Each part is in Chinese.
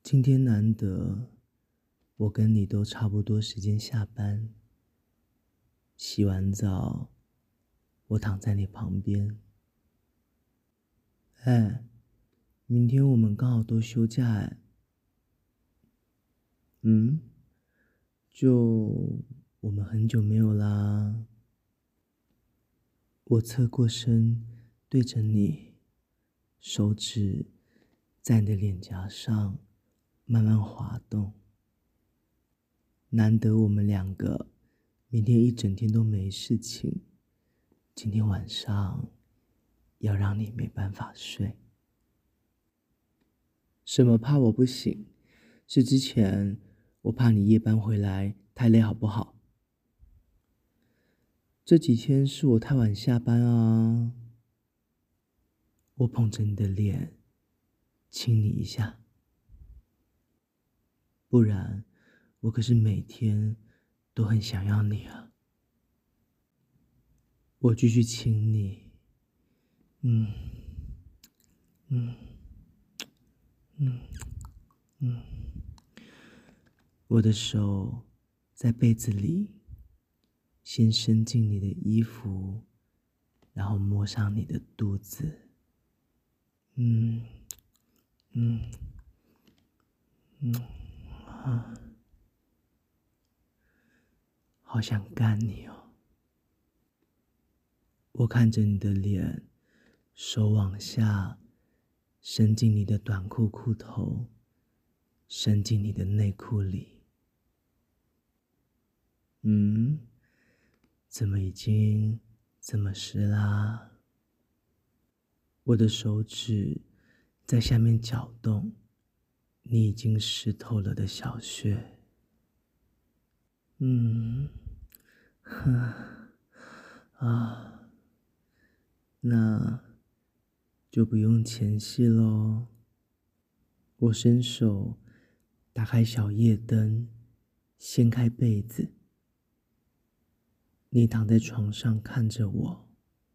今天难得，我跟你都差不多时间下班。洗完澡，我躺在你旁边。哎，明天我们刚好都休假哎。嗯，就我们很久没有啦。我侧过身，对着你，手指在你的脸颊上慢慢滑动。难得我们两个明天一整天都没事情，今天晚上要让你没办法睡。什么怕我不醒？是之前我怕你夜班回来太累好不好？这几天是我太晚下班啊。我捧着你的脸，亲你一下。不然我可是每天都很想要你啊。我继续亲你。嗯嗯嗯嗯。我的手在被子里，先伸进你的衣服，然后摸上你的肚子。嗯嗯嗯啊，好想干你哦。我看着你的脸，手往下伸进你的短裤裤头，伸进你的内裤里。怎么已经这么湿啦？我的手指在下面搅动你已经湿透了的小穴。哼啊，那就不用前戏咯。我伸手打开小夜灯，掀开被子，你躺在床上看着我，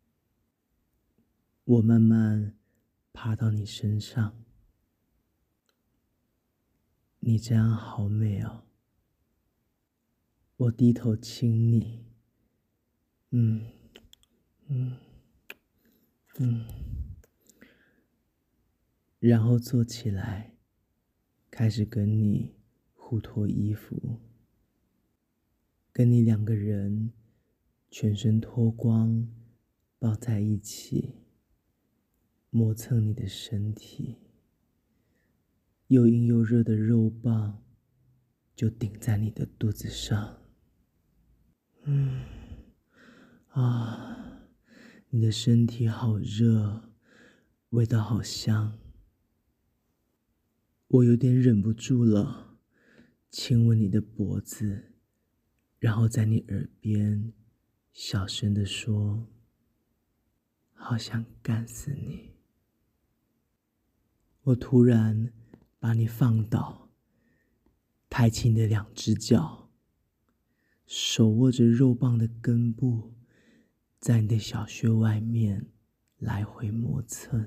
我慢慢爬到你身上。你这样好美哦。我低头亲你。嗯嗯嗯，然后坐起来，开始跟你互脱衣服，跟你两个人全身脱光，抱在一起，磨蹭你的身体，又硬又热的肉棒就顶在你的肚子上。你的身体好热，味道好香。我有点忍不住了，亲吻你的脖子，然后在你耳边小声地说：好想干死你。我突然把你放倒，抬起你的两只脚，手握着肉棒的根部，在你的小穴外面来回磨蹭。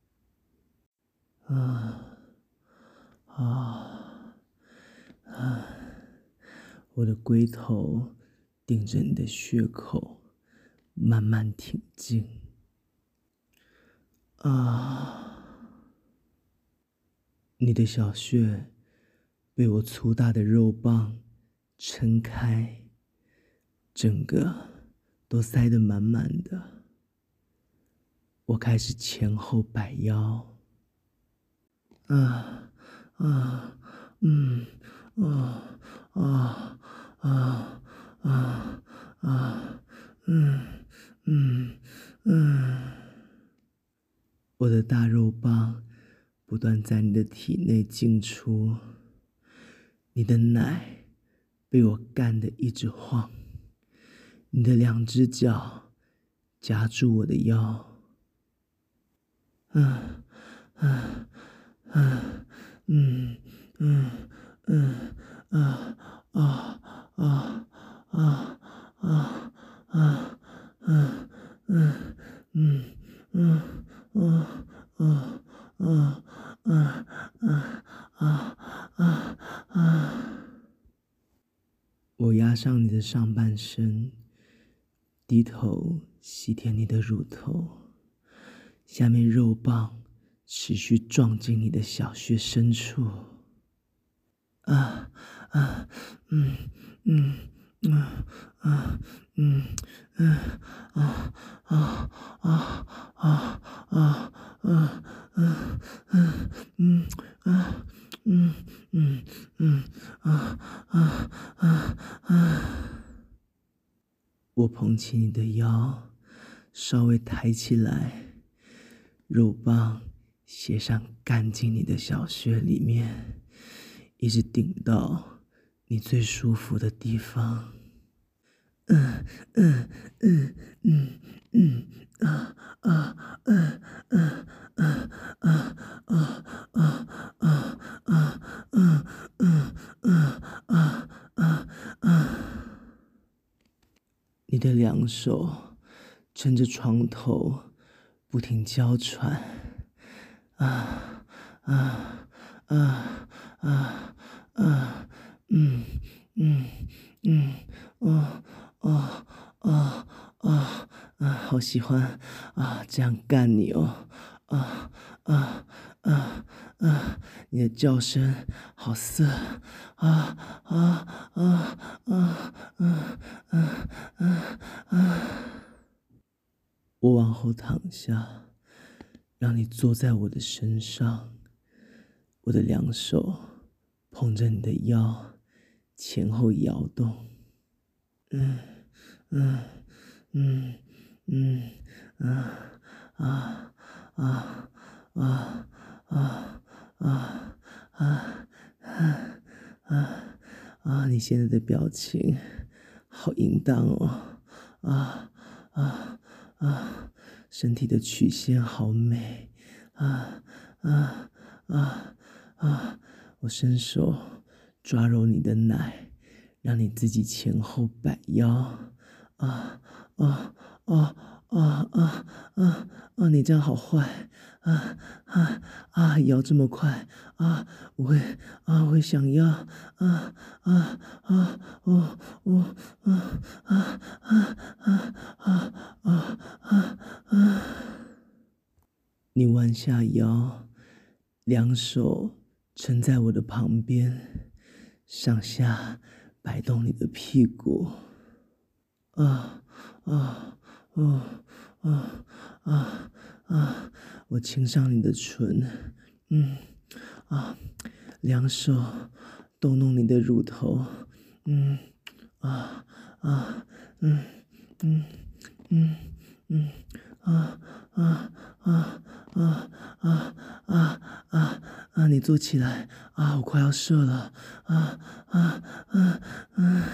我的龟头顶着你的穴口，慢慢挺进。你的小穴被我粗大的肉棒撑开，整个都塞得满满的。我开始前后摆腰。啊啊嗯啊啊啊啊啊嗯嗯嗯，我的大肉棒不断在你的体内进出，你的奶被我干得一直晃，你的两只脚夹住我的腰。嗯嗯嗯啊啊啊啊啊啊嗯嗯嗯嗯嗯嗯嗯嗯啊上你的上半身，低头吸舔你的乳头，下面肉棒持续撞进你的小穴深处。啊啊，嗯嗯啊啊嗯嗯啊啊啊啊啊啊啊嗯啊嗯嗯嗯啊啊啊啊！我捧起你的腰，稍微抬起来，肉棒斜上干进你的小穴里面，一直顶到你最舒服的地方。嗯嗯嗯嗯嗯啊啊嗯嗯嗯啊啊啊啊啊嗯嗯嗯啊啊啊！你的两手撑着床头，不停娇喘，啊啊啊啊啊，嗯嗯嗯，哦哦哦哦啊，好喜欢啊，这样干你哦，啊啊啊啊，你的叫声好色，啊啊啊啊啊啊啊啊！我往后躺下，让你坐在我的身上，我的两手捧着你的腰，前后摇动。嗯嗯嗯嗯啊啊啊啊啊啊啊啊啊！你现在的表情好淫荡哦！啊啊啊！身体的曲线好美啊啊啊啊！我伸手抓揉你的奶，让你自己前后摆腰。啊啊啊啊啊啊啊！你这样好坏啊啊啊！摇这么快啊！我会想要啊啊啊哦哦啊啊啊啊啊啊啊啊！你弯下腰，两手撑在我的旁边，上下摆动你的屁股。啊啊哦啊啊啊！我亲上你的唇，啊，两手逗弄你的乳头，啊啊嗯嗯嗯嗯啊啊啊啊啊啊啊啊！你坐起来啊！我快要射了啊啊啊啊！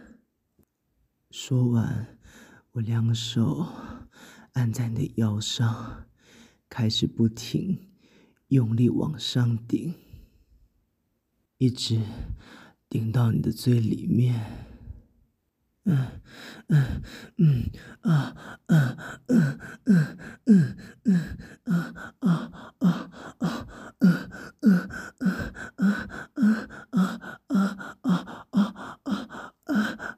说完，我两手按在你的腰上，开始不停用力往上顶，一直顶到你的最里面。嗯嗯嗯啊嗯嗯嗯嗯嗯啊啊啊啊嗯嗯嗯啊啊啊啊啊啊啊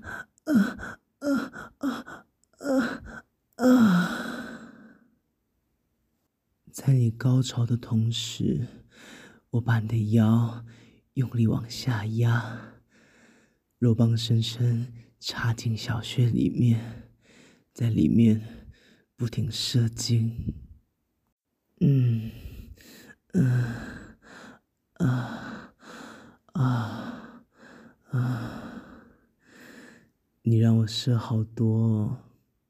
在你高潮的同时，我把你的腰用力往下压，肉棒深深插进小穴里面，在里面不停射精。嗯嗯啊啊啊！你让我射好多哦，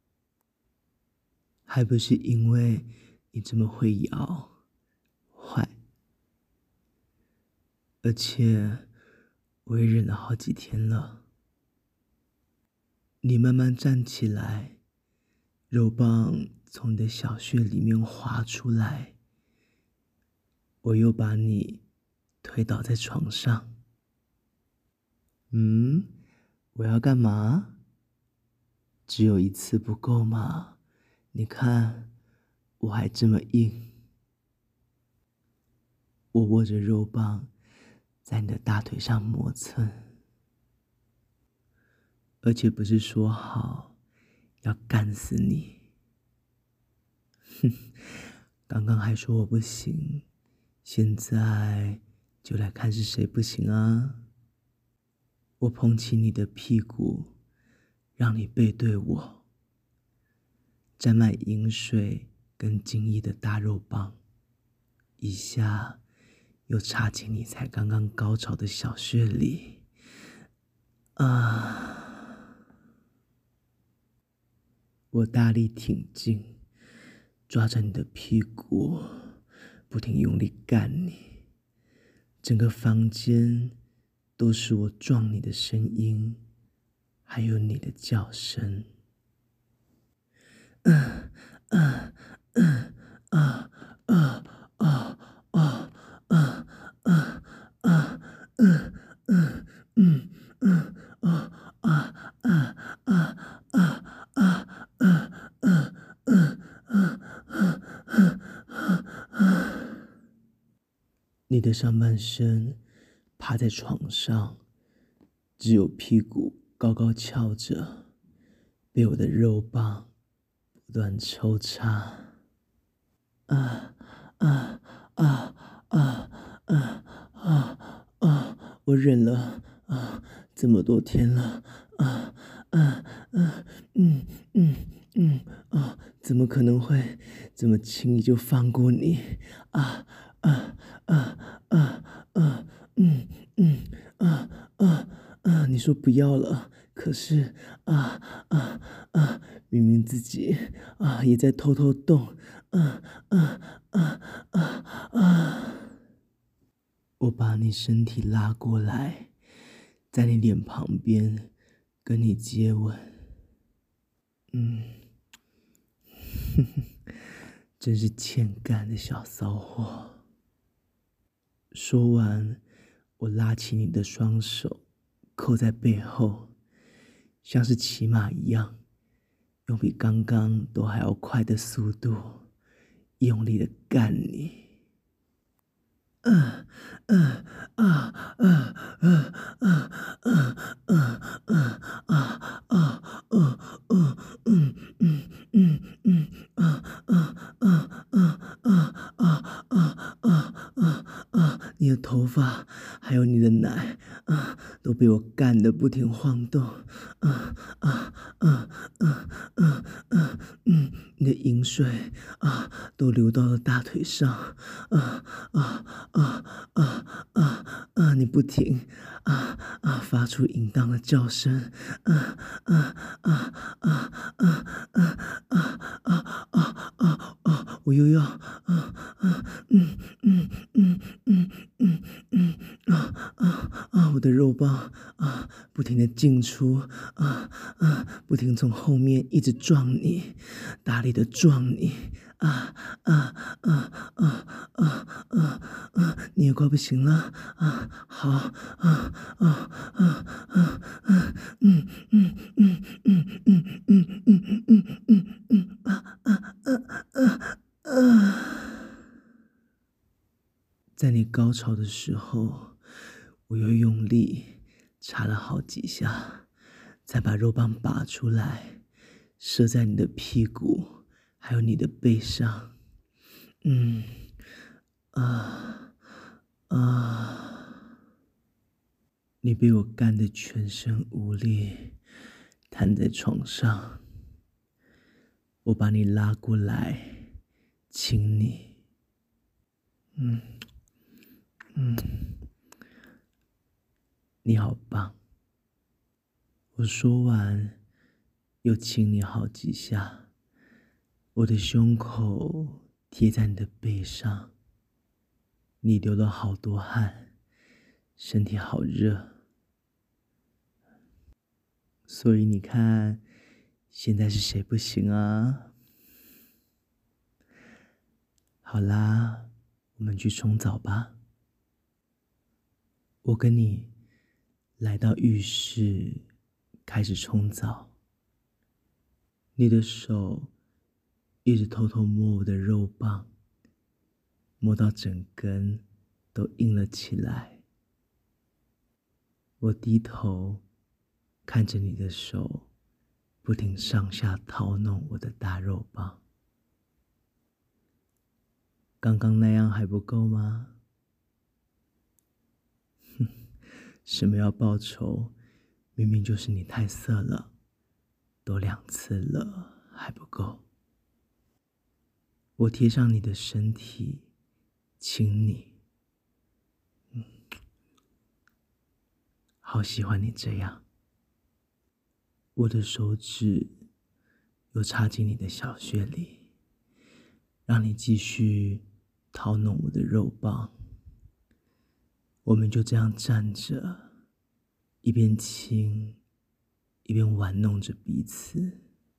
还不是因为你这么会摇，坏，而且我也忍了好几天了。你慢慢站起来，肉棒从你的小穴里面滑出来，我又把你推倒在床上。我要干嘛？只有一次不够吗？你看，我还这么硬。我握着肉棒，在你的大腿上磨蹭。 而且不是说好要干死你。哼，刚刚还说我不行，现在就来看是谁不行啊！我捧起你的屁股，让你背对我，沾满饮水跟精液的大肉棒，一下又插进你才刚刚高潮的小穴里。我大力挺进，抓着你的屁股，不停用力干你。整个房间都是我撞你的声音，还有你的叫声。你的上半身趴在床上，只有屁股高高翘着，被我的肉棒不断抽插。我忍了这么多天了，怎么可能会这么轻易就放过你？你说不要了，可是明明自己也在偷偷动，我把你身体拉过来，在你脸旁边跟你接吻，真是欠干的小骚货。说完，我拉起你的双手，扣在背后，像是骑马一样，用比刚刚都还要快的速度，用力的干你。你的头发还有你的奶都被我干得不停晃动，你的饮水都流到了大腿上，你不停发出淫荡的叫声，我又要我的肉棒不停的进出，不停从后面一直撞你，大力的撞你，你也快不行了，好，在你高潮的时候，我又用力插了好几下，才把肉棒拔出来，射在你的屁股还有你的背上。你被我干得全身无力，瘫在床上。我把你拉过来，亲你。你好棒。我说完，又亲你好几下。我的胸口贴在你的背上，你流了好多汗，身体好热。所以你看，现在是谁不行啊？好啦，我们去冲澡吧。我跟你来到浴室，开始冲澡。你的手一直偷偷摸我的肉棒，摸到整根都硬了起来。我低头看着你的手不停上下掏弄我的大肉棒。刚刚那样还不够吗？什么要报仇？明明就是你太色了，都2次了还不够。我贴上你的身体，亲你，好喜欢你这样。我的手指又插进你的小穴里，让你继续掏弄我的肉棒。我们就这样站着，一边亲，一边玩弄着彼此。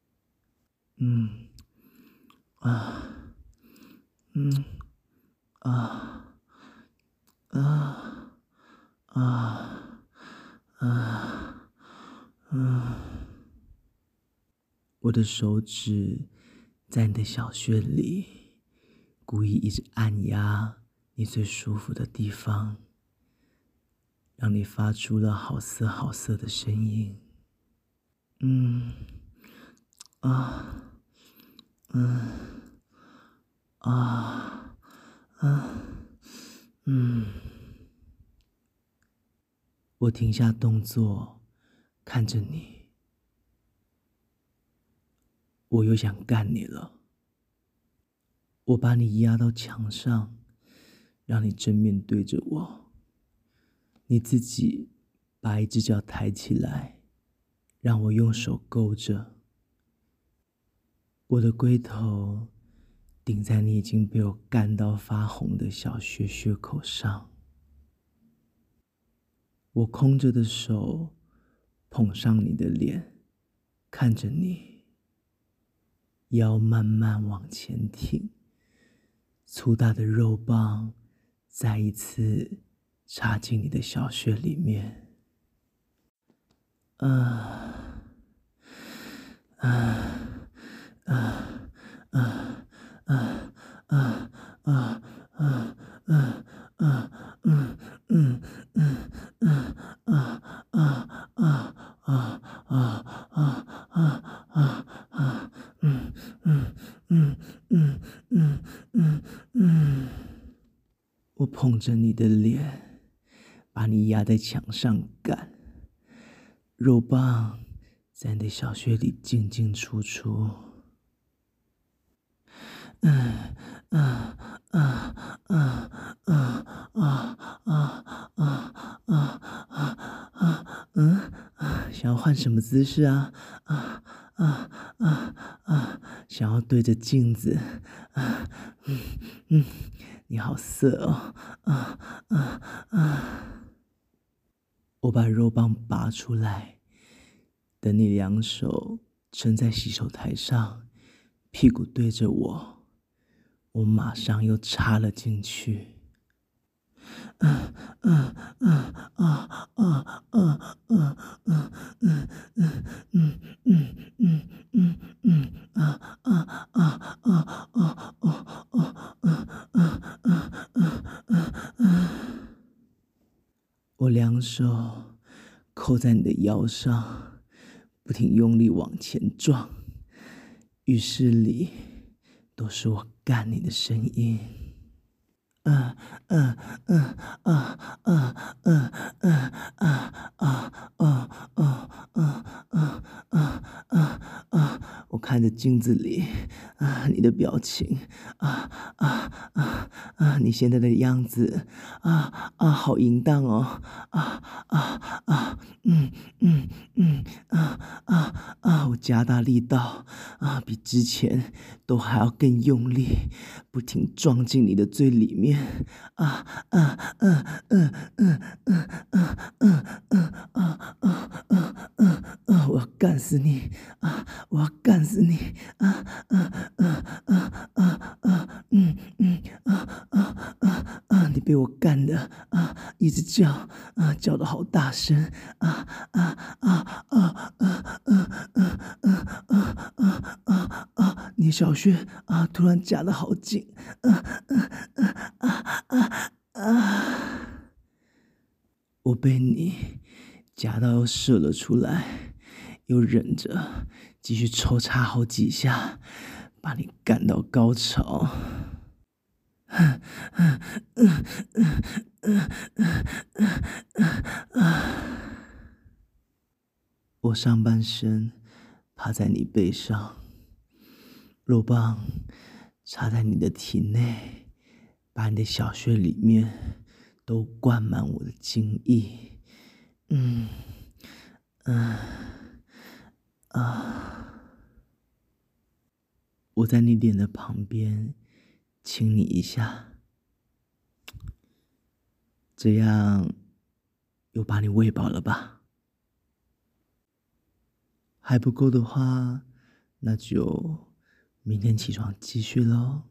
我的手指在你的小穴里，故意一直按压你最舒服的地方，让你发出了好涩好涩的声音。我停下动作，看着你，我又想干你了。我把你压到墙上，让你正面对着我，你自己把一只脚抬起来，让我用手勾着。我的龟头顶在你已经被我干到发红的小穴口上，我空着的手捧上你的脸，看着你，腰慢慢往前挺，粗大的肉棒再一次插进你的小穴里面。我捧着你的脸，把你压在墙上干，肉棒在你的小穴里进进出出。想要换什么姿势啊？想要对着镜子？你好色哦！我把肉棒拔出来，等你2手撑在洗手台上，屁股对着我，我马上又插了进去。我2手扣在你的腰上，不停用力往前撞，浴室里都是我干你的声音。我看着镜子里你的表情，你现在的样子，好淫荡哦，我加大力道，比之前都还要更用力，不停撞进你的最里面，我要干死你，我要干死你，你被我干的一直叫，叫得好大声，你小穴突然夹得好紧，我被你夹到又射了出来，又忍着继续抽插好几下，把你干到高潮。我上半身趴在你背上，肉棒插在你的体内，把你的小穴里面都灌满我的精液。我在你脸的旁边亲你一下，这样有把你喂饱了吧？还不够的话，那就明天起床继续咯。